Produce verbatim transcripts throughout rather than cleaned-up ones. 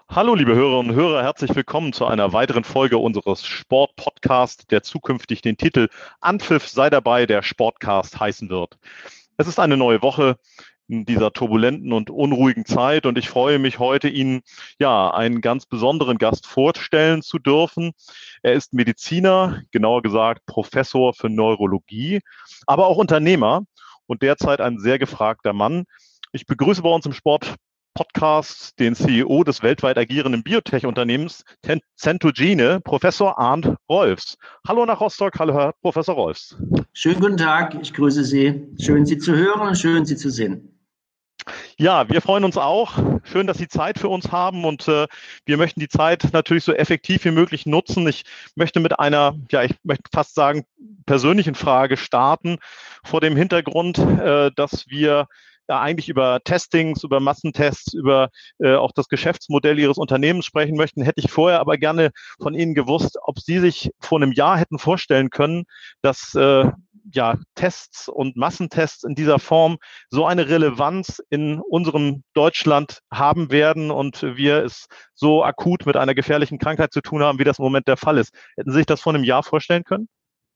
Hallo, liebe Hörerinnen und Hörer, herzlich willkommen zu einer weiteren Folge unseres Sport-Podcasts, der zukünftig den Titel Anpfiff sei dabei, der Sportcast heißen wird. Es ist eine neue Woche in dieser turbulenten und unruhigen Zeit und ich freue mich heute, Ihnen ja einen ganz besonderen Gast vorstellen zu dürfen. Er ist Mediziner, genauer gesagt Professor für Neurologie, aber auch Unternehmer und derzeit ein sehr gefragter Mann. Ich begrüße bei uns im Sport Podcast den C E O des weltweit agierenden Biotech-Unternehmens Centogene, Professor Arndt Rolfs. Hallo nach Rostock, hallo Herr Professor Rolfs. Schönen guten Tag, ich grüße Sie. Schön, Sie zu hören und schön, Sie zu sehen. Ja, wir freuen uns auch. Schön, dass Sie Zeit für uns haben und äh, wir möchten die Zeit natürlich so effektiv wie möglich nutzen. Ich möchte mit einer, ja, ich möchte fast sagen, persönlichen Frage starten vor dem Hintergrund, äh, dass wir ja eigentlich über Testings, über Massentests, über äh, auch das Geschäftsmodell Ihres Unternehmens sprechen möchten, hätte ich vorher aber gerne von Ihnen gewusst, ob Sie sich vor einem Jahr hätten vorstellen können, dass äh, ja, Tests und Massentests in dieser Form so eine Relevanz in unserem Deutschland haben werden und wir es so akut mit einer gefährlichen Krankheit zu tun haben, wie das im Moment der Fall ist. Hätten Sie sich das vor einem Jahr vorstellen können?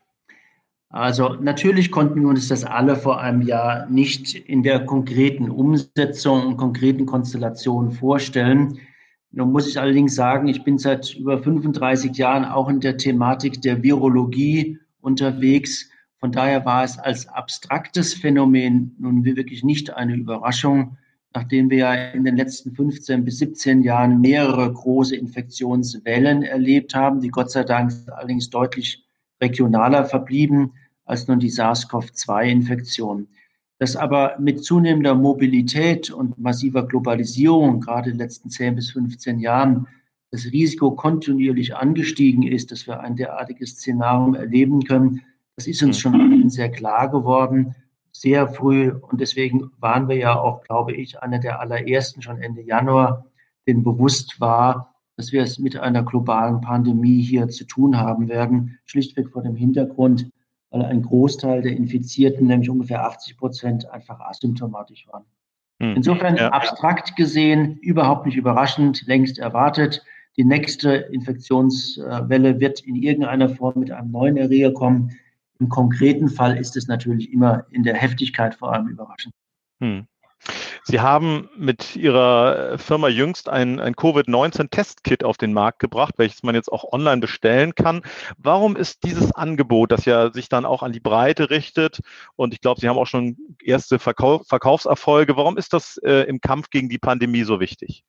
Also natürlich konnten wir uns das alle vor einem Jahr nicht in der konkreten Umsetzung und konkreten Konstellation vorstellen. Nun muss ich allerdings sagen, ich bin seit über fünfunddreißig Jahren auch in der Thematik der Virologie unterwegs. Von daher war es als abstraktes Phänomen nun wirklich nicht eine Überraschung, nachdem wir ja in den letzten fünfzehn bis siebzehn Jahren mehrere große Infektionswellen erlebt haben, die Gott sei Dank allerdings deutlich regionaler verblieben als nun die SARS-CoV zwei Infektion. Dass aber mit zunehmender Mobilität und massiver Globalisierung, gerade in den letzten zehn bis fünfzehn Jahren, das Risiko kontinuierlich angestiegen ist, dass wir ein derartiges Szenario erleben können, das ist uns schon sehr klar geworden, sehr früh. Und deswegen waren wir ja auch, glaube ich, einer der allerersten schon Ende Januar, denen bewusst war, dass wir es mit einer globalen Pandemie hier zu tun haben werden, schlichtweg vor dem Hintergrund, weil ein Großteil der Infizierten, nämlich ungefähr achtzig Prozent, einfach asymptomatisch waren. Hm. Insofern Ja. abstrakt gesehen, überhaupt nicht überraschend, längst erwartet. Die nächste Infektionswelle wird in irgendeiner Form mit einem neuen Erreger kommen. Im konkreten Fall ist es natürlich immer in der Heftigkeit vor allem überraschend. Hm. Sie haben mit Ihrer Firma jüngst ein, ein Covid neunzehn Testkit auf den Markt gebracht, welches man jetzt auch online bestellen kann. Warum ist dieses Angebot, das ja sich dann auch an die Breite richtet, und ich glaube, Sie haben auch schon erste Verkauf, Verkaufserfolge, warum ist das äh, im Kampf gegen die Pandemie so wichtig?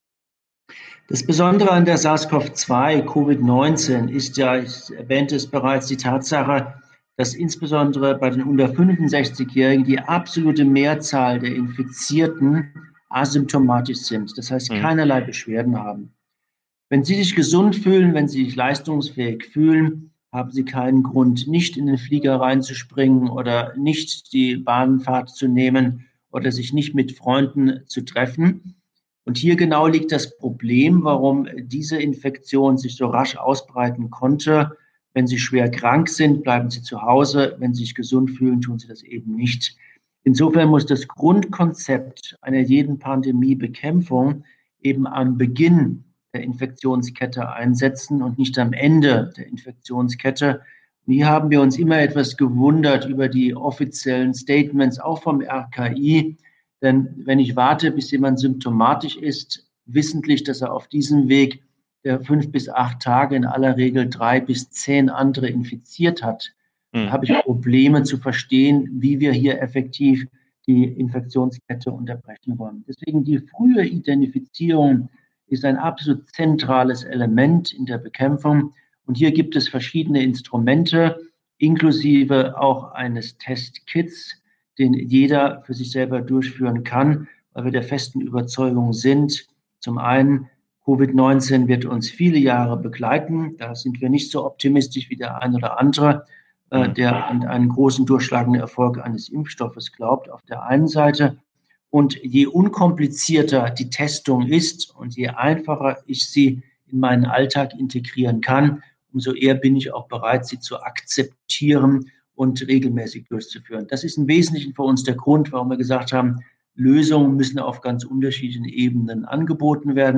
Das Besondere an der SARS-CoV zwei, Covid neunzehn, ist ja, ich erwähnte es bereits, die Tatsache, dass insbesondere bei den unter fünfundsechzig-Jährigen die absolute Mehrzahl der Infizierten asymptomatisch sind. Das heißt, Hm. keinerlei Beschwerden haben. Wenn Sie sich gesund fühlen, wenn Sie sich leistungsfähig fühlen, haben Sie keinen Grund, nicht in den Flieger reinzuspringen oder nicht die Bahnfahrt zu nehmen oder sich nicht mit Freunden zu treffen. Und hier genau liegt das Problem, warum diese Infektion sich so rasch ausbreiten konnte. Wenn Sie schwer krank sind, bleiben Sie zu Hause. Wenn Sie sich gesund fühlen, tun Sie das eben nicht. Insofern muss das Grundkonzept einer jeden Pandemiebekämpfung eben am Beginn der Infektionskette einsetzen und nicht am Ende der Infektionskette. Und hier haben wir uns immer etwas gewundert über die offiziellen Statements, auch vom R K I. Denn wenn ich warte, bis jemand symptomatisch ist, wissentlich, dass er auf diesem Weg der fünf bis acht Tage in aller Regel drei bis zehn andere infiziert hat, Hm. dann habe ich Probleme zu verstehen, wie wir hier effektiv die Infektionskette unterbrechen wollen. Deswegen die frühe Identifizierung ist ein absolut zentrales Element in der Bekämpfung. Und hier gibt es verschiedene Instrumente, inklusive auch eines Testkits, den jeder für sich selber durchführen kann, weil wir der festen Überzeugung sind, zum einen, Covid neunzehn wird uns viele Jahre begleiten. Da sind wir nicht so optimistisch wie der ein oder andere, äh, der an einen großen durchschlagenden Erfolg eines Impfstoffes glaubt, auf der einen Seite. Und je unkomplizierter die Testung ist und je einfacher ich sie in meinen Alltag integrieren kann, umso eher bin ich auch bereit, sie zu akzeptieren und regelmäßig durchzuführen. Das ist im Wesentlichen für uns der Grund, warum wir gesagt haben, Lösungen müssen auf ganz unterschiedlichen Ebenen angeboten werden.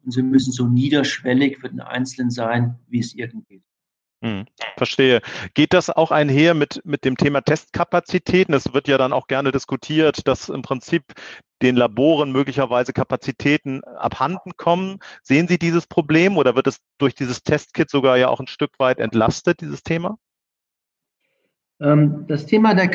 und sie müssen so niederschwellig für den Einzelnen sein, wie es irgend geht. Hm, verstehe. Geht das auch einher mit, mit dem Thema Testkapazitäten? Es wird ja dann auch gerne diskutiert, dass im Prinzip den Laboren möglicherweise Kapazitäten abhanden kommen. Sehen Sie dieses Problem oder wird es durch dieses Testkit sogar ja auch ein Stück weit entlastet, dieses Thema? Das Thema der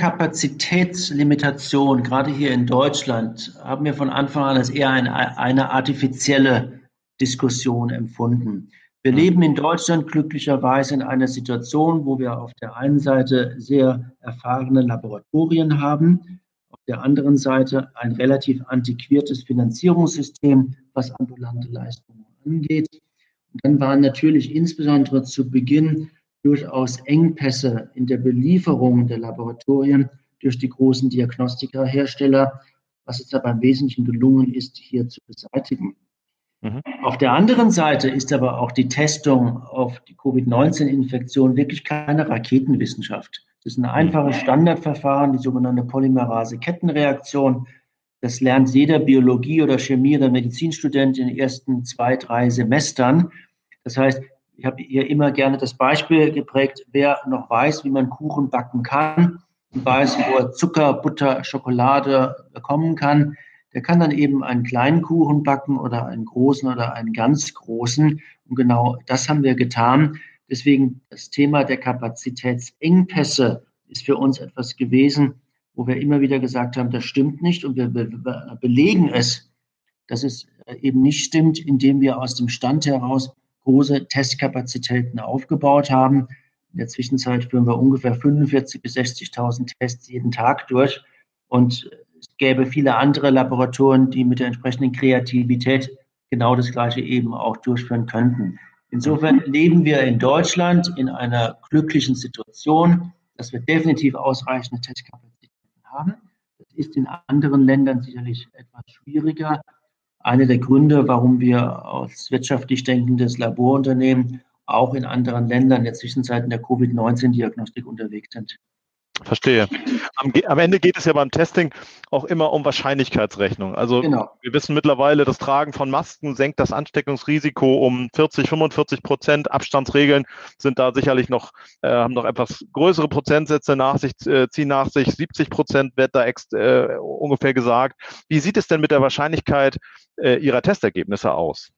Kapazitätslimitation, gerade hier in Deutschland, haben wir von Anfang an als eher eine, eine artifizielle Diskussion empfunden. Wir leben in Deutschland glücklicherweise in einer Situation, wo wir auf der einen Seite sehr erfahrene Laboratorien haben, auf der anderen Seite ein relativ antiquiertes Finanzierungssystem, was ambulante Leistungen angeht. Und dann waren natürlich insbesondere zu Beginn durchaus Engpässe in der Belieferung der Laboratorien durch die großen Diagnostikerhersteller, was es aber im Wesentlichen gelungen ist, hier zu beseitigen. Mhm. Auf der anderen Seite ist aber auch die Testung auf die Covid neunzehn Infektion wirklich keine Raketenwissenschaft. Das ist ein einfaches Standardverfahren, die sogenannte Polymerase-Kettenreaktion. Das lernt jeder Biologie- oder Chemie- oder Medizinstudent in den ersten zwei, drei Semestern. Das heißt, ich habe hier immer gerne das Beispiel geprägt, wer noch weiß, wie man Kuchen backen kann und weiß, wo er Zucker, Butter, Schokolade bekommen kann, der kann dann eben einen kleinen Kuchen backen oder einen großen oder einen ganz großen. Und genau das haben wir getan. Deswegen das Thema der Kapazitätsengpässe ist für uns etwas gewesen, wo wir immer wieder gesagt haben, das stimmt nicht. Und wir be- belegen es, dass es eben nicht stimmt, indem wir aus dem Stand heraus große Testkapazitäten aufgebaut haben. In der Zwischenzeit führen wir ungefähr fünfundvierzigtausend bis sechzigtausend Tests jeden Tag durch. Und es gäbe viele andere Laboratorien, die mit der entsprechenden Kreativität genau das Gleiche eben auch durchführen könnten. Insofern leben wir in Deutschland in einer glücklichen Situation, dass wir definitiv ausreichende Testkapazitäten haben. Das ist in anderen Ländern sicherlich etwas schwieriger. Einer der Gründe, warum wir als wirtschaftlich denkendes Laborunternehmen auch in anderen Ländern in der Zwischenzeit in der Covid neunzehn Diagnostik unterwegs sind. Verstehe. Am, am Ende geht es ja beim Testing auch immer um Wahrscheinlichkeitsrechnung. Also genau. Wir wissen mittlerweile, das Tragen von Masken senkt das Ansteckungsrisiko um vierzig, fünfundvierzig Prozent. Abstandsregeln sind da sicherlich noch, äh, haben noch etwas größere Prozentsätze nach sich, äh, ziehen nach sich. siebzig Prozent wird da ex, äh, ungefähr gesagt. Wie sieht es denn mit der Wahrscheinlichkeit äh, Ihrer Testergebnisse aus?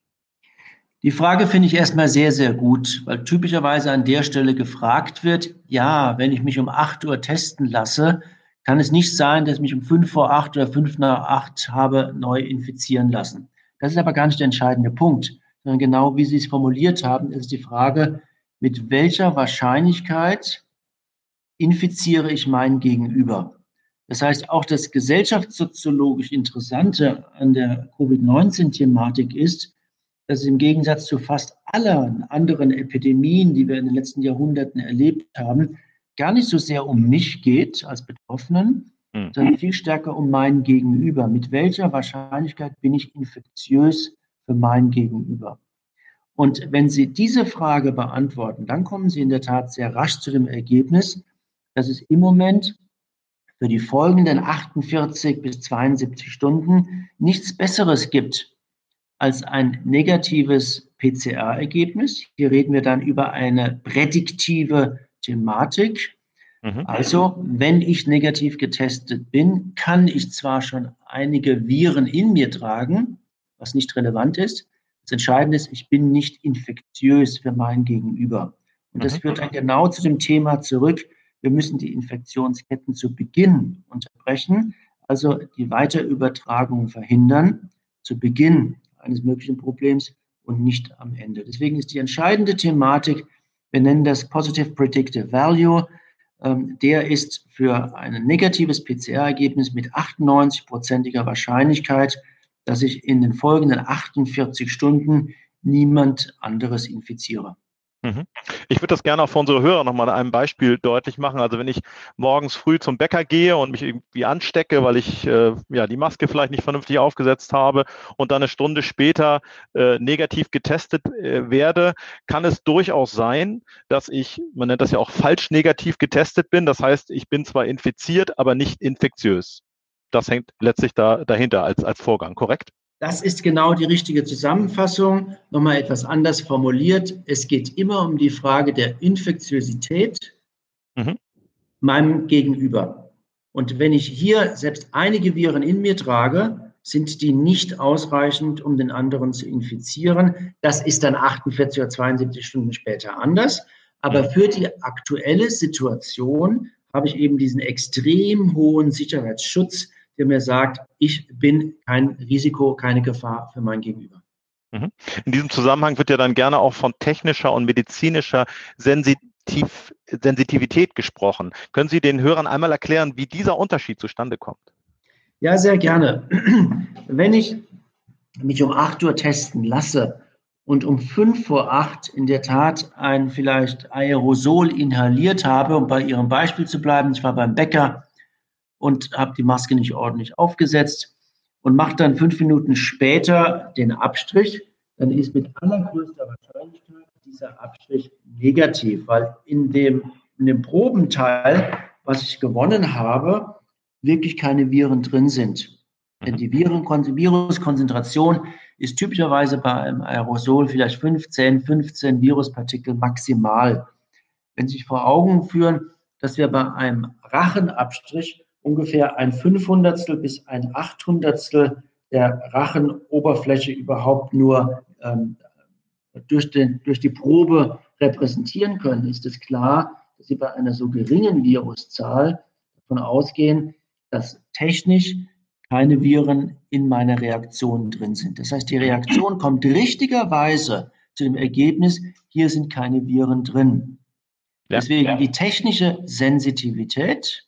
Die Frage finde ich erstmal sehr, sehr gut, weil typischerweise an der Stelle gefragt wird, ja, wenn ich mich um acht Uhr testen lasse, kann es nicht sein, dass ich mich um fünf vor acht oder fünf nach acht habe neu infizieren lassen. Das ist aber gar nicht der entscheidende Punkt, sondern genau wie Sie es formuliert haben, ist die Frage, mit welcher Wahrscheinlichkeit infiziere ich mein Gegenüber? Das heißt, auch das gesellschaftssoziologisch Interessante an der Covid neunzehn Thematik ist, dass es im Gegensatz zu fast allen anderen Epidemien, die wir in den letzten Jahrhunderten erlebt haben, gar nicht so sehr um mich geht als Betroffenen, mhm. sondern viel stärker um mein Gegenüber. Mit welcher Wahrscheinlichkeit bin ich infektiös für mein Gegenüber? Und wenn Sie diese Frage beantworten, dann kommen Sie in der Tat sehr rasch zu dem Ergebnis, dass es im Moment für die folgenden achtundvierzig bis zweiundsiebzig Stunden nichts Besseres gibt als ein negatives P C R-Ergebnis. Hier reden wir dann über eine prädiktive Thematik. Mhm. Also, wenn ich negativ getestet bin, kann ich zwar schon einige Viren in mir tragen, was nicht relevant ist. Das Entscheidende ist, ich bin nicht infektiös für mein Gegenüber. Und das mhm. führt dann genau zu dem Thema zurück. Wir müssen die Infektionsketten zu Beginn unterbrechen, also die Weiterübertragung verhindern, zu Beginn eines möglichen Problems und nicht am Ende. Deswegen ist die entscheidende Thematik, wir nennen das Positive Predictive Value, ähm, der ist für ein negatives P C R-Ergebnis mit achtundneunzig-prozentiger Wahrscheinlichkeit, dass ich in den folgenden achtundvierzig Stunden niemand anderes infiziere. Ich würde das gerne auch für unsere Hörer nochmal an einem Beispiel deutlich machen. Also wenn ich morgens früh zum Bäcker gehe und mich irgendwie anstecke, weil ich äh, ja die Maske vielleicht nicht vernünftig aufgesetzt habe und dann eine Stunde später äh, negativ getestet äh, werde, kann es durchaus sein, dass ich, man nennt das ja auch falsch negativ getestet bin. Das heißt, ich bin zwar infiziert, aber nicht infektiös. Das hängt letztlich da dahinter als, als Vorgang, korrekt? Das ist genau die richtige Zusammenfassung. Nochmal etwas anders formuliert. Es geht immer um die Frage der Infektiosität mhm. meinem Gegenüber. Und wenn ich hier selbst einige Viren in mir trage, sind die nicht ausreichend, um den anderen zu infizieren. Das ist dann achtundvierzig oder zweiundsiebzig Stunden später anders. Aber für die aktuelle Situation habe ich eben diesen extrem hohen Sicherheitsschutz, der mir sagt, ich bin kein Risiko, keine Gefahr für mein Gegenüber. In diesem Zusammenhang wird ja dann gerne auch von technischer und medizinischer Sensitiv Sensitivität gesprochen. Können Sie den Hörern einmal erklären, wie dieser Unterschied zustande kommt? Ja, sehr gerne. Wenn ich mich um acht Uhr testen lasse und um fünf vor acht in der Tat ein vielleicht Aerosol inhaliert habe, um bei Ihrem Beispiel zu bleiben, ich war beim Bäcker und habe die Maske nicht ordentlich aufgesetzt und mache dann fünf Minuten später den Abstrich, dann ist mit allergrößter Wahrscheinlichkeit dieser Abstrich negativ, weil in dem, in dem Probenteil, was ich gewonnen habe, wirklich keine Viren drin sind. Denn die Viren, Viruskonzentration ist typischerweise bei einem Aerosol vielleicht fünfzehn, fünfzehn Viruspartikel maximal. Wenn Sie sich vor Augen führen, dass wir bei einem Rachenabstrich ungefähr ein Fünfhundertstel bis ein Achthundertstel der Rachenoberfläche überhaupt nur ähm, durch, den, durch die Probe repräsentieren können, ist es klar, dass Sie bei einer so geringen Viruszahl davon ausgehen, dass technisch keine Viren in meiner Reaktion drin sind. Das heißt, die Reaktion kommt richtigerweise zu dem Ergebnis, hier sind keine Viren drin. Ja, Deswegen ja. Die technische Sensitivität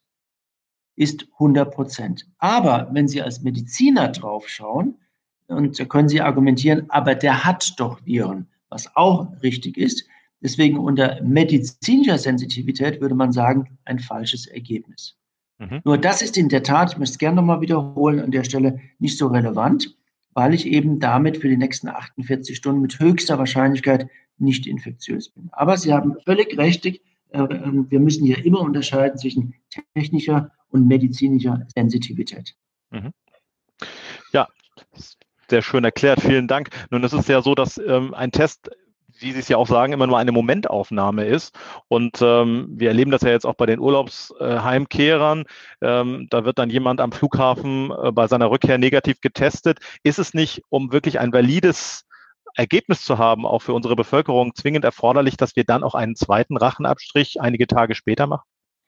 ist hundert Prozent. Aber wenn Sie als Mediziner drauf schauen, und da können Sie argumentieren, aber der hat doch Viren, was auch richtig ist. Deswegen unter medizinischer Sensitivität würde man sagen, ein falsches Ergebnis. Mhm. Nur das ist in der Tat, ich möchte es gerne nochmal wiederholen, an der Stelle nicht so relevant, weil ich eben damit für die nächsten achtundvierzig Stunden mit höchster Wahrscheinlichkeit nicht infektiös bin. Aber Sie haben völlig recht, äh, wir müssen hier immer unterscheiden zwischen technischer und medizinischer Sensitivität. Mhm. Ja, sehr schön erklärt, vielen Dank. Nun, es ist ja so, dass ähm, ein Test, wie Sie es ja auch sagen, immer nur eine Momentaufnahme ist. Und ähm, wir erleben das ja jetzt auch bei den Urlaubsheimkehrern. Ähm, da wird dann jemand am Flughafen äh, bei seiner Rückkehr negativ getestet. Ist es nicht, um wirklich ein valides Ergebnis zu haben, auch für unsere Bevölkerung, zwingend erforderlich, dass wir dann auch einen zweiten Rachenabstrich einige Tage später machen?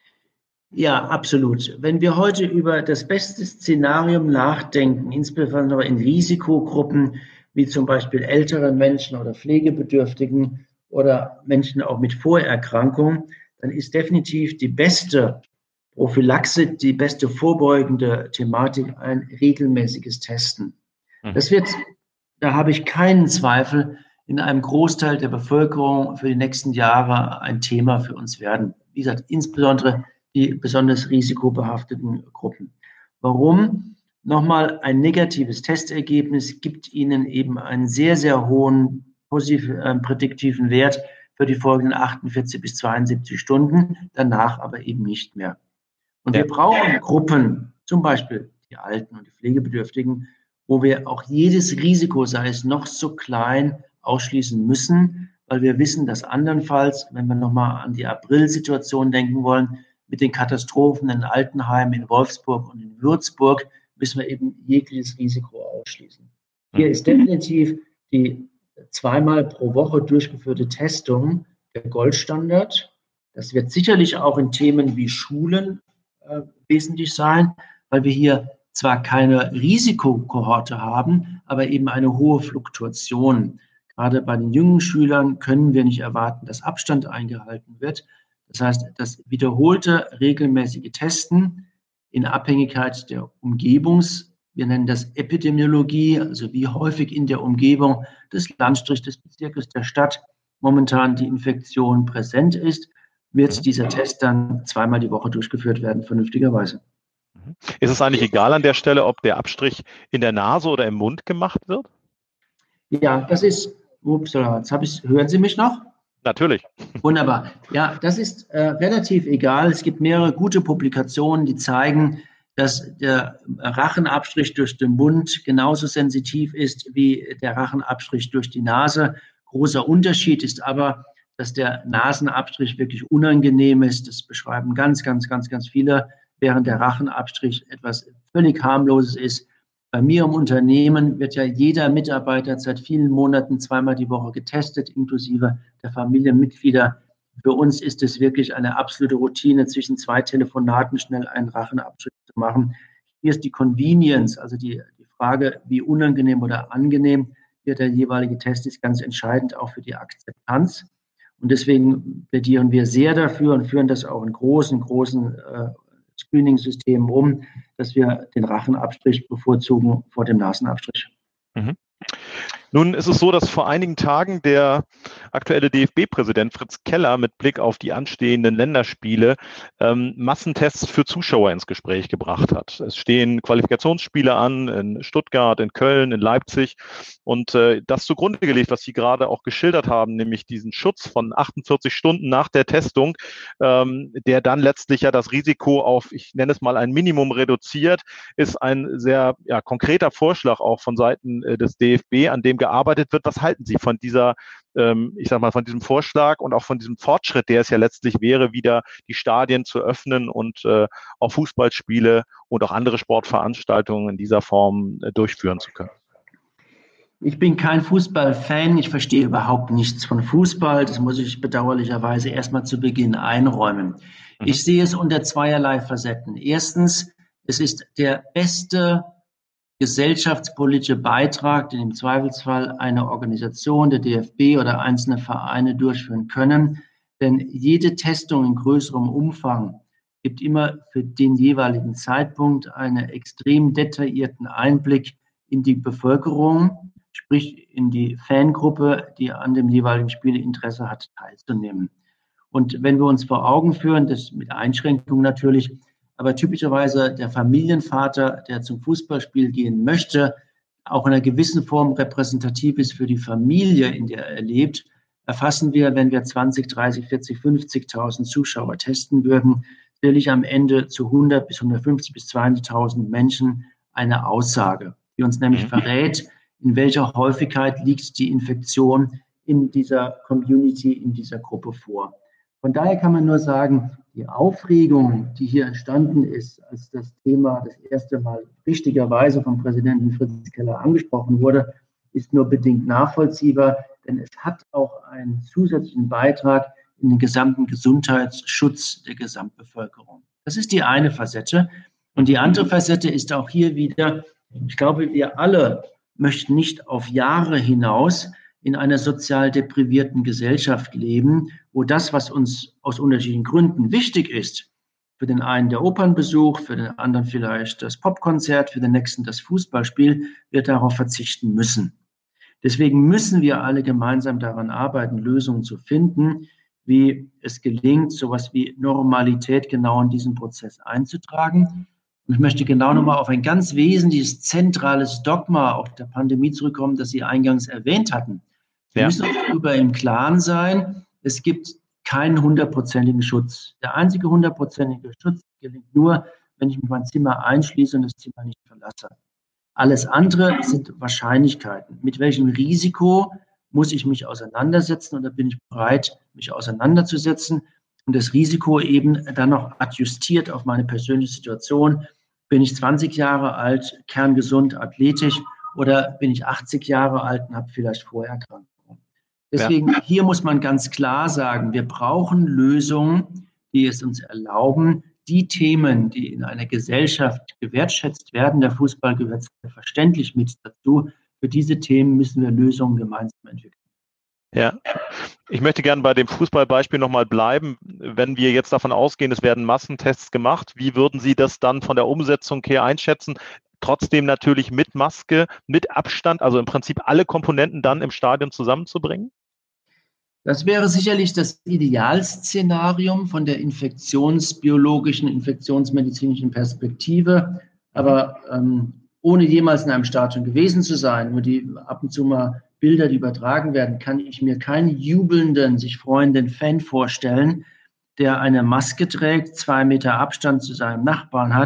Ja, absolut. Wenn wir heute über das beste Szenarium nachdenken, insbesondere in Risikogruppen, wie zum Beispiel älteren Menschen oder Pflegebedürftigen oder Menschen auch mit Vorerkrankungen, dann ist definitiv die beste Prophylaxe, die beste vorbeugende Thematik ein regelmäßiges Testen. Mhm. Das wird, da habe ich keinen Zweifel, in einem Großteil der Bevölkerung für die nächsten Jahre ein Thema für uns werden. Wie gesagt, insbesondere die besonders risikobehafteten Gruppen. Warum? Nochmal, ein negatives Testergebnis gibt Ihnen eben einen sehr, sehr hohen positiven, äh, prädiktiven Wert für die folgenden achtundvierzig bis zweiundsiebzig Stunden, danach aber eben nicht mehr. Und ja. wir brauchen Gruppen, zum Beispiel die Alten und die Pflegebedürftigen, wo wir auch jedes Risiko, sei es noch so klein, ausschließen müssen, weil wir wissen, dass andernfalls, wenn wir nochmal an die April-Situation denken wollen, mit den Katastrophen in Altenheim, in Wolfsburg und in Würzburg, müssen wir eben jegliches Risiko ausschließen. Hier ist definitiv die zweimal pro Woche durchgeführte Testung der Goldstandard. Das wird sicherlich auch in Themen wie Schulen äh, wesentlich sein, weil wir hier zwar keine Risikokohorte haben, aber eben eine hohe Fluktuation. Gerade bei den jungen Schülern können wir nicht erwarten, dass Abstand eingehalten wird. Das heißt, das wiederholte regelmäßige Testen in Abhängigkeit der Umgebungs, wir nennen das Epidemiologie, also wie häufig in der Umgebung des Landstrichs, des Bezirkes, der Stadt momentan die Infektion präsent ist, wird dieser Test dann zweimal die Woche durchgeführt werden, vernünftigerweise. Ist es eigentlich egal an der Stelle, ob der Abstrich in der Nase oder im Mund gemacht wird? Ja, das ist, ups, jetzt habe ich, hören Sie mich noch? Natürlich. Wunderbar. Ja, das ist äh, relativ egal. Es gibt mehrere gute Publikationen, die zeigen, dass der Rachenabstrich durch den Mund genauso sensitiv ist wie der Rachenabstrich durch die Nase. Großer Unterschied ist aber, dass der Nasenabstrich wirklich unangenehm ist. Das beschreiben ganz, ganz, ganz, ganz viele, während der Rachenabstrich etwas völlig harmloses ist. Bei mir im Unternehmen wird ja jeder Mitarbeiter seit vielen Monaten zweimal die Woche getestet, inklusive der Familienmitglieder. Für uns ist es wirklich eine absolute Routine, zwischen zwei Telefonaten schnell einen Rachenabstrich zu machen. Hier ist die Convenience, also die, die Frage, wie unangenehm oder angenehm wird der jeweilige Test, ist ganz entscheidend auch für die Akzeptanz. Und deswegen plädieren wir sehr dafür und führen das auch in großen, großen äh, Screening-Systemen um, dass wir den Rachenabstrich bevorzugen vor dem Nasenabstrich. Mhm. Nun ist es so, dass vor einigen Tagen der aktuelle D F B-Präsident Fritz Keller mit Blick auf die anstehenden Länderspiele ähm, Massentests für Zuschauer ins Gespräch gebracht hat. Es stehen Qualifikationsspiele an in Stuttgart, in Köln, in Leipzig und äh, das zugrunde gelegt, was Sie gerade auch geschildert haben, nämlich diesen Schutz von achtundvierzig Stunden nach der Testung, ähm, der dann letztlich ja das Risiko auf, ich nenne es mal ein Minimum reduziert, ist ein sehr ja, konkreter Vorschlag auch von Seiten äh, des D F B, an dem gearbeitet wird. Was halten Sie von dieser, ähm, ich sag mal, von diesem Vorschlag und auch von diesem Fortschritt, der es ja letztlich wäre, wieder die Stadien zu öffnen und äh, auch Fußballspiele und auch andere Sportveranstaltungen in dieser Form äh, durchführen zu können? Ich bin kein Fußballfan. Ich verstehe überhaupt nichts von Fußball. Das muss ich bedauerlicherweise erstmal zu Beginn einräumen. Mhm. Ich sehe es unter zweierlei Facetten. Erstens, es ist der beste gesellschaftspolitische Beitrag, den im Zweifelsfall eine Organisation, der D F B oder einzelne Vereine durchführen können. Denn jede Testung in größerem Umfang gibt immer für den jeweiligen Zeitpunkt einen extrem detaillierten Einblick in die Bevölkerung, sprich in die Fangruppe, die an dem jeweiligen Spiel Interesse hat, teilzunehmen. Und wenn wir uns vor Augen führen, das mit Einschränkungen natürlich, aber typischerweise der Familienvater, der zum Fußballspiel gehen möchte, auch in einer gewissen Form repräsentativ ist für die Familie, in der er lebt, erfassen wir, wenn wir zwanzig, dreißig, vierzig, fünfzigtausend Zuschauer testen würden, sicherlich am Ende zu hundert bis hundertfünfzig bis zweihunderttausend Menschen eine Aussage, die uns nämlich verrät, in welcher Häufigkeit liegt die Infektion in dieser Community, in dieser Gruppe vor. Von daher kann man nur sagen, die Aufregung, die hier entstanden ist, als das Thema das erste Mal richtigerweise vom Präsidenten Fritz Keller angesprochen wurde, ist nur bedingt nachvollziehbar, denn es hat auch einen zusätzlichen Beitrag in den gesamten Gesundheitsschutz der Gesamtbevölkerung. Das ist die eine Facette. Und die andere Facette ist auch hier wieder, ich glaube, wir alle möchten nicht auf Jahre hinaus in einer sozial deprivierten Gesellschaft leben, wo das, was uns aus unterschiedlichen Gründen wichtig ist, für den einen der Opernbesuch, für den anderen vielleicht das Popkonzert, für den nächsten das Fußballspiel, wir darauf verzichten müssen. Deswegen müssen wir alle gemeinsam daran arbeiten, Lösungen zu finden, wie es gelingt, sowas wie Normalität genau in diesen Prozess einzutragen. Und ich möchte genau nochmal auf ein ganz wesentliches, zentrales Dogma auch der Pandemie zurückkommen, das Sie eingangs erwähnt hatten. Wir ja. müssen uns darüber im Klaren sein, es gibt keinen hundertprozentigen Schutz. Der einzige hundertprozentige Schutz gelingt nur, wenn ich mich mein Zimmer einschließe und das Zimmer nicht verlasse. Alles andere sind Wahrscheinlichkeiten. Mit welchem Risiko muss ich mich auseinandersetzen oder bin ich bereit, mich auseinanderzusetzen und das Risiko eben dann noch adjustiert auf meine persönliche Situation. Bin ich zwanzig Jahre alt, kerngesund, athletisch oder bin ich achtzig Jahre alt und habe vielleicht Vorerkrankungen? Deswegen, ja. hier muss man ganz klar sagen, wir brauchen Lösungen, die es uns erlauben, die Themen, die in einer Gesellschaft gewertschätzt werden, der Fußball gehört selbstverständlich mit dazu, für diese Themen müssen wir Lösungen gemeinsam entwickeln. Ja, ich möchte gerne bei dem Fußballbeispiel nochmal bleiben. Wenn wir jetzt davon ausgehen, es werden Massentests gemacht, wie würden Sie das dann von der Umsetzung her einschätzen? Trotzdem natürlich mit Maske, mit Abstand, also im Prinzip alle Komponenten dann im Stadion zusammenzubringen? Das wäre sicherlich das Idealszenarium von der infektionsbiologischen, infektionsmedizinischen Perspektive. Aber ähm, ohne jemals in einem Stadion gewesen zu sein, nur die ab und zu mal Bilder, die übertragen werden, kann ich mir keinen jubelnden, sich freuenden Fan vorstellen, der eine Maske trägt, zwei Meter Abstand zu seinem Nachbarn hat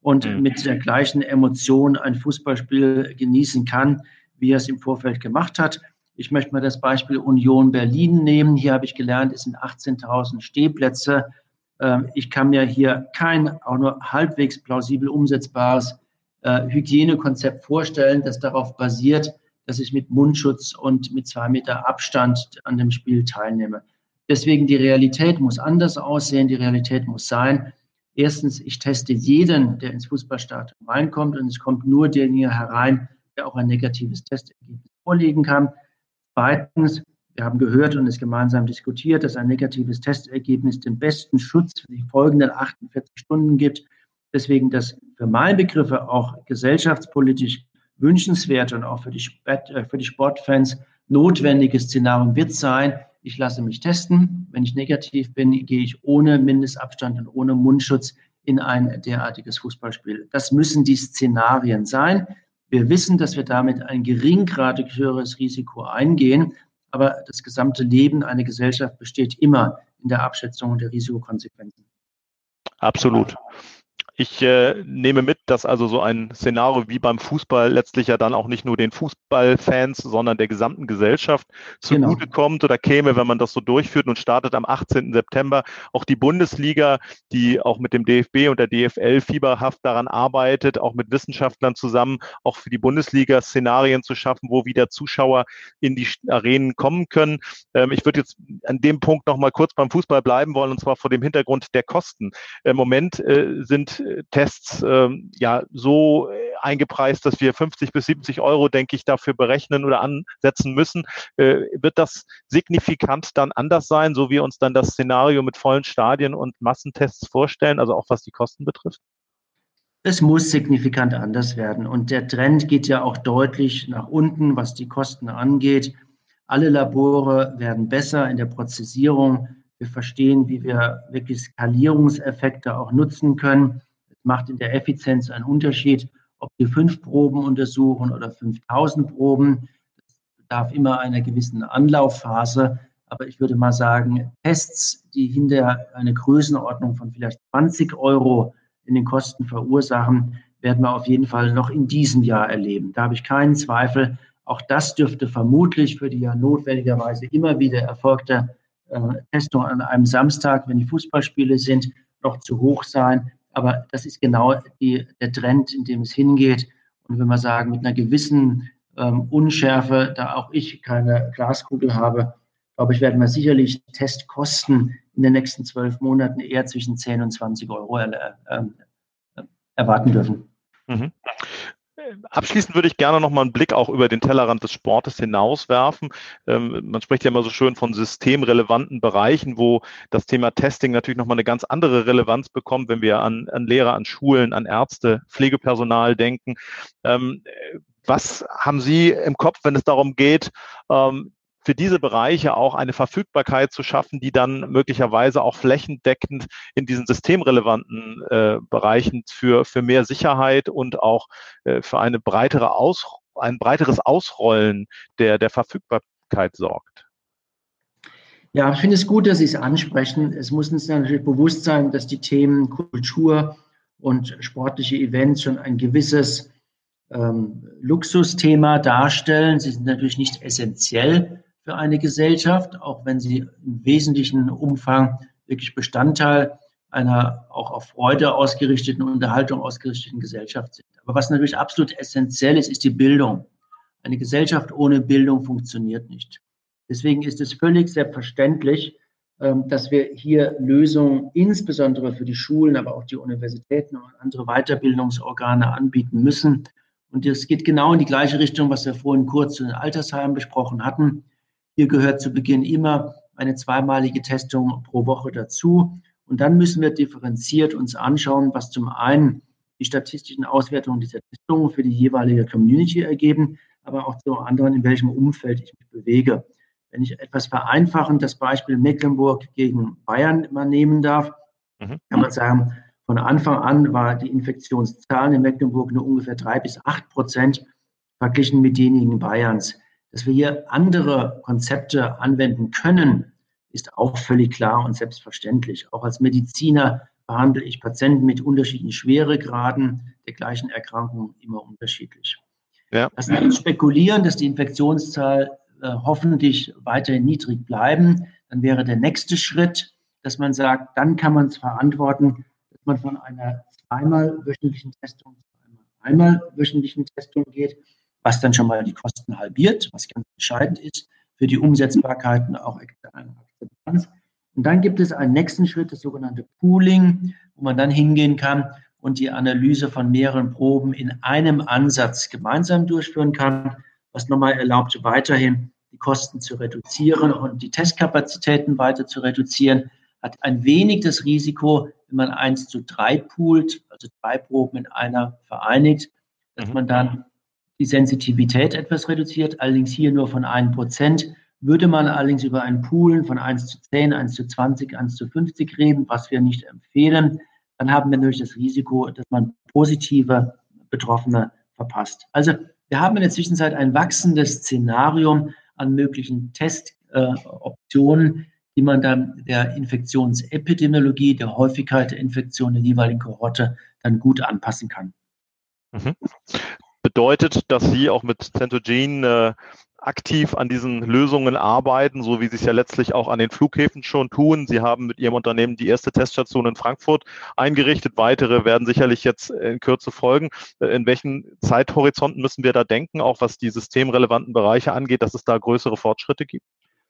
und Mhm. mit der gleichen Emotion ein Fußballspiel genießen kann, wie er es im Vorfeld gemacht hat. Ich möchte mal das Beispiel Union Berlin nehmen. Hier habe ich gelernt, es sind achtzehntausend Stehplätze. Ich kann mir hier kein auch nur halbwegs plausibel umsetzbares Hygienekonzept vorstellen, das darauf basiert, dass ich mit Mundschutz und mit zwei Meter Abstand an dem Spiel teilnehme. Deswegen die Realität muss anders aussehen. Die Realität muss sein, erstens, ich teste jeden, der ins Fußballstadion reinkommt, und es kommt nur derjenige herein, der auch ein negatives Testergebnis vorlegen kann. Zweitens, wir haben gehört und es gemeinsam diskutiert, dass ein negatives Testergebnis den besten Schutz für die folgenden achtundvierzig Stunden gibt. Deswegen das für meine Begriffe auch gesellschaftspolitisch wünschenswert und auch für die, Sport, für die Sportfans notwendige Szenario wird sein, ich lasse mich testen. Wenn ich negativ bin, gehe ich ohne Mindestabstand und ohne Mundschutz in ein derartiges Fußballspiel. Das müssen die Szenarien sein. Wir wissen, dass wir damit ein geringgradig höheres Risiko eingehen, aber das gesamte Leben einer Gesellschaft besteht immer in der Abschätzung der Risikokonsequenzen. Absolut. Ich äh, nehme mit, dass also so ein Szenario wie beim Fußball letztlich ja dann auch nicht nur den Fußballfans, sondern der gesamten Gesellschaft zugutekommt genau. oder käme, wenn man das so durchführt, und startet am achtzehnten September auch die Bundesliga, die auch mit dem D F B und der D F L fieberhaft daran arbeitet, auch mit Wissenschaftlern zusammen, auch für die Bundesliga Szenarien zu schaffen, wo wieder Zuschauer in die Arenen kommen können. Ähm, ich würde jetzt an dem Punkt noch mal kurz beim Fußball bleiben wollen, und zwar vor dem Hintergrund der Kosten. Im Moment äh, sind Tests ähm, ja so eingepreist, dass wir fünfzig bis siebzig Euro, denke ich, dafür berechnen oder ansetzen müssen. Äh, wird das signifikant dann anders sein, so wie wir uns dann das Szenario mit vollen Stadien und Massentests vorstellen, also auch was die Kosten betrifft? Es muss signifikant anders werden. Und der Trend geht ja auch deutlich nach unten, was die Kosten angeht. Alle Labore werden besser in der Prozessierung. Wir verstehen, wie wir wirklich Skalierungseffekte auch nutzen können. Es macht in der Effizienz einen Unterschied, ob wir fünf Proben untersuchen oder fünftausend Proben. Das bedarf immer einer gewissen Anlaufphase. Aber ich würde mal sagen, Tests, die hinter eine Größenordnung von vielleicht zwanzig Euro in den Kosten verursachen, werden wir auf jeden Fall noch in diesem Jahr erleben. Da habe ich keinen Zweifel. Auch das dürfte vermutlich für die ja notwendigerweise immer wieder erfolgte äh, Testung an einem Samstag, wenn die Fußballspiele sind, noch zu hoch sein. Aber das ist genau die, der Trend, in dem es hingeht. Und wenn wir sagen, mit einer gewissen ähm, Unschärfe, da auch ich keine Glaskugel habe, glaube ich, werden wir sicherlich Testkosten in den nächsten zwölf Monaten eher zwischen zehn und zwanzig Euro er, äh, erwarten dürfen. Mhm. Abschließend würde ich gerne noch mal einen Blick auch über den Tellerrand des Sportes hinaus werfen. Ähm, man spricht ja immer so schön von systemrelevanten Bereichen, wo das Thema Testing natürlich noch mal eine ganz andere Relevanz bekommt, wenn wir an, an Lehrer, an Schulen, an Ärzte, Pflegepersonal denken. Ähm, was haben Sie im Kopf, wenn es darum geht, ähm, für diese Bereiche auch eine Verfügbarkeit zu schaffen, die dann möglicherweise auch flächendeckend in diesen systemrelevanten äh, Bereichen für, für mehr Sicherheit und auch äh, für eine breitere Aus, ein breiteres Ausrollen der, der Verfügbarkeit sorgt? Ja, ich finde es gut, dass Sie es ansprechen. Es muss uns natürlich bewusst sein, dass die Themen Kultur und sportliche Events schon ein gewisses ähm, Luxusthema darstellen. Sie sind natürlich nicht essentiell für eine Gesellschaft, auch wenn sie im wesentlichen Umfang wirklich Bestandteil einer auch auf Freude ausgerichteten, Unterhaltung ausgerichteten Gesellschaft sind. Aber was natürlich absolut essentiell ist, ist die Bildung. Eine Gesellschaft ohne Bildung funktioniert nicht. Deswegen ist es völlig selbstverständlich, dass wir hier Lösungen insbesondere für die Schulen, aber auch die Universitäten und andere Weiterbildungsorgane anbieten müssen. Und es geht genau in die gleiche Richtung, was wir vorhin kurz zu den Altersheimen besprochen hatten. Hier gehört zu Beginn immer eine zweimalige Testung pro Woche dazu. Und dann müssen wir differenziert uns anschauen, was zum einen die statistischen Auswertungen dieser Testungen für die jeweilige Community ergeben, aber auch zum anderen, in welchem Umfeld ich mich bewege. Wenn ich etwas vereinfachend das Beispiel Mecklenburg gegen Bayern mal nehmen darf, mhm. kann man sagen, von Anfang an war die Infektionszahlen in Mecklenburg nur ungefähr drei bis acht Prozent verglichen mit denjenigen Bayerns. Dass wir hier andere Konzepte anwenden können, ist auch völlig klar und selbstverständlich. Auch als Mediziner behandle ich Patienten mit unterschiedlichen Schweregraden der gleichen Erkrankung immer unterschiedlich. Ja. Lass uns spekulieren, dass die Infektionszahl äh, hoffentlich weiterhin niedrig bleiben. Dann wäre der nächste Schritt, dass man sagt, dann kann man es verantworten, dass man von einer zweimal wöchentlichen Testung zu einer einmal wöchentlichen Testung geht, was dann schon mal die Kosten halbiert, was ganz entscheidend ist für die Umsetzbarkeit und auch externe Akzeptanz. Und dann gibt es einen nächsten Schritt, das sogenannte Pooling, wo man dann hingehen kann und die Analyse von mehreren Proben in einem Ansatz gemeinsam durchführen kann, was nochmal erlaubt, weiterhin die Kosten zu reduzieren und die Testkapazitäten weiter zu reduzieren, hat ein wenig das Risiko, wenn man eins zu drei poolt, also drei Proben in einer vereinigt, dass Mhm. man dann die Sensitivität etwas reduziert, allerdings hier nur von einem Prozent. Würde man allerdings über ein Poolen von eins zu zehn, eins zu zwanzig, eins zu fünfzig reden, was wir nicht empfehlen, dann haben wir natürlich das Risiko, dass man positive Betroffene verpasst. Also wir haben in der Zwischenzeit ein wachsendes Szenarium an möglichen Testoptionen, äh, die man dann der Infektionsepidemiologie, der Häufigkeit der Infektion der jeweiligen Kohorte dann gut anpassen kann. Mhm. Bedeutet, dass Sie auch mit Centogene äh, aktiv an diesen Lösungen arbeiten, so wie Sie es ja letztlich auch an den Flughäfen schon tun. Sie haben mit Ihrem Unternehmen die erste Teststation in Frankfurt eingerichtet. Weitere werden sicherlich jetzt in Kürze folgen. In welchen Zeithorizonten müssen wir da denken, auch was die systemrelevanten Bereiche angeht, dass es da größere Fortschritte gibt?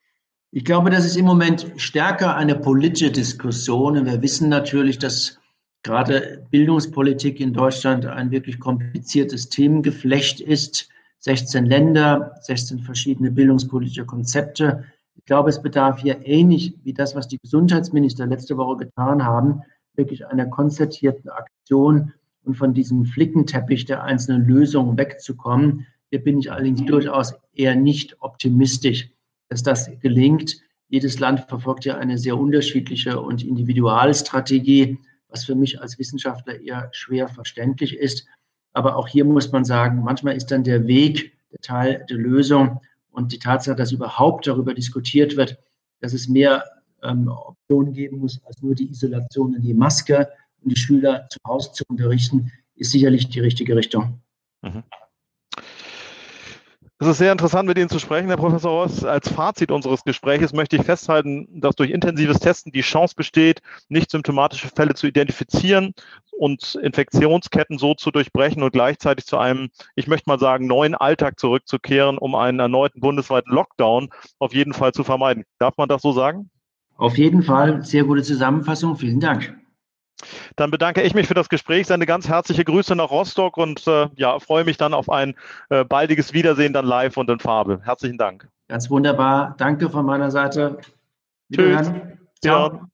Ich glaube, das ist im Moment stärker eine politische Diskussion. Und wir wissen natürlich, dass gerade Bildungspolitik in Deutschland ein wirklich kompliziertes Themengeflecht ist. sechzehn Länder, sechzehn verschiedene bildungspolitische Konzepte. Ich glaube, es bedarf hier ähnlich wie das, was die Gesundheitsminister letzte Woche getan haben, wirklich einer konzertierten Aktion und von diesem Flickenteppich der einzelnen Lösungen wegzukommen. Hier bin ich allerdings durchaus eher nicht optimistisch, dass das gelingt. Jedes Land verfolgt ja eine sehr unterschiedliche und individuelle Strategie, was für mich als Wissenschaftler eher schwer verständlich ist. Aber auch hier muss man sagen, manchmal ist dann der Weg der Teil der Lösung und die Tatsache, dass überhaupt darüber diskutiert wird, dass es mehr ähm, Optionen geben muss, als nur die Isolation in die Maske und die Schüler zu Hause zu unterrichten, ist sicherlich die richtige Richtung. Mhm. Es ist sehr interessant, mit Ihnen zu sprechen, Herr Professor Ross. Als Fazit unseres Gesprächs möchte ich festhalten, dass durch intensives Testen die Chance besteht, nicht symptomatische Fälle zu identifizieren und Infektionsketten so zu durchbrechen und gleichzeitig zu einem, ich möchte mal sagen, neuen Alltag zurückzukehren, um einen erneuten bundesweiten Lockdown auf jeden Fall zu vermeiden. Darf man das so sagen? Auf jeden Fall, sehr gute Zusammenfassung. Vielen Dank. Dann bedanke ich mich für das Gespräch, sende ganz herzliche Grüße nach Rostock und äh, ja, freue mich dann auf ein äh, baldiges Wiedersehen dann live und in Farbe. Herzlichen Dank. Ganz wunderbar. Danke von meiner Seite. Tschüss. Wiederhören. Ciao. Ja.